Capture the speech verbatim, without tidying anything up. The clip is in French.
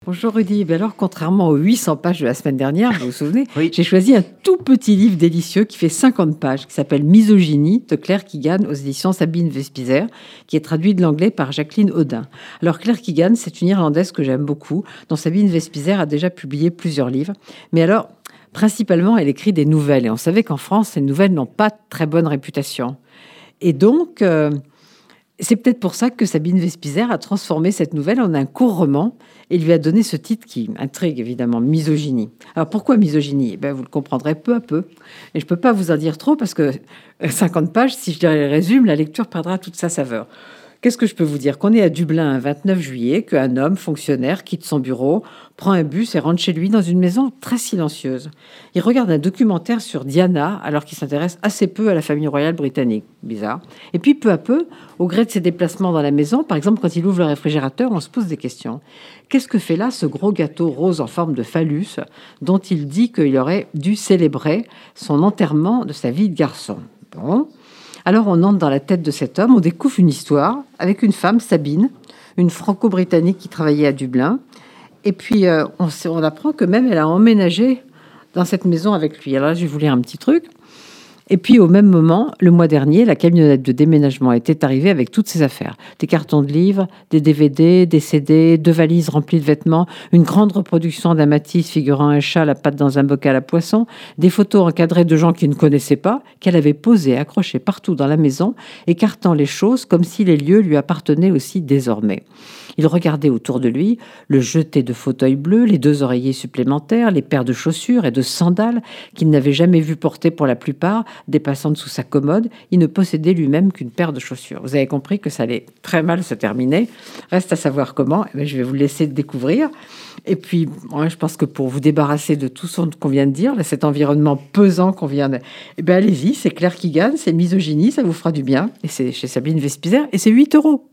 Bonjour Rudy. Ben alors, contrairement aux huit cents pages de la semaine dernière, vous vous souvenez, Oui. j'ai choisi un tout petit livre délicieux qui fait cinquante pages, qui s'appelle Misogynie de Claire Keegan aux éditions Sabine Vespizer, qui est traduit de l'anglais par Jacqueline Audin. Alors Claire Keegan, c'est une Irlandaise que j'aime beaucoup, dont Sabine Vespizer a déjà publié plusieurs livres. Mais alors, principalement, elle écrit des nouvelles. Et on savait qu'en France, les nouvelles n'ont pas très bonne réputation. Et donc, euh, c'est peut-être pour ça que Sabine Vespizer a transformé cette nouvelle en un court roman et lui a donné ce titre qui intrigue évidemment, Misogynie. Alors pourquoi misogynie? Eh bien, vous le comprendrez peu à peu. Et je ne peux pas vous en dire trop parce que cinquante pages, si je les résume, la lecture perdra toute sa saveur. Qu'est-ce que je peux vous dire? Qu'on est à Dublin un vingt-neuf juillet, qu'un homme fonctionnaire quitte son bureau, prend un bus et rentre chez lui dans une maison très silencieuse. Il regarde un documentaire sur Diana alors qu'il s'intéresse assez peu à la famille royale britannique. Bizarre. Et puis peu à peu, au gré de ses déplacements dans la maison, par exemple quand il ouvre le réfrigérateur, on se pose des questions. Qu'est-ce que fait là ce gros gâteau rose en forme de phallus dont il dit qu'il aurait dû célébrer son enterrement de sa vie de garçon? Bon... Alors on entre dans la tête de cet homme, on découvre une histoire avec une femme, Sabine, une franco-britannique qui travaillait à Dublin. Et puis euh, on, on apprend que même elle a emménagé dans cette maison avec lui. Alors là, je vais vous lire un petit truc. Et puis au même moment, le mois dernier, la camionnette de déménagement était arrivée avec toutes ses affaires. Des cartons de livres, des D V D, des C D, deux valises remplies de vêtements, une grande reproduction d'un Matisse figurant un chat la patte dans un bocal à poisson, des photos encadrées de gens qu'il ne connaissait pas, qu'elle avait posées, accrochées partout dans la maison, écartant les choses comme si les lieux lui appartenaient aussi désormais. Il regardait autour de lui le jeté de fauteuils bleus, les deux oreillers supplémentaires, les paires de chaussures et de sandales qu'il n'avait jamais vu porter pour la plupart, dépassant sous sa commode. Il ne possédait lui-même qu'une paire de chaussures. Vous avez compris que ça allait très mal se terminer. Reste à savoir comment. Eh bien, je vais vous laisser découvrir. Et puis, ouais, je pense que pour vous débarrasser de tout ce qu'on vient de dire, là, cet environnement pesant qu'on vient de... Eh bien, allez-y, c'est Claire Keegan, c'est Misogynie, ça vous fera du bien. Et c'est chez Sabine Vespizer, et c'est huit euros.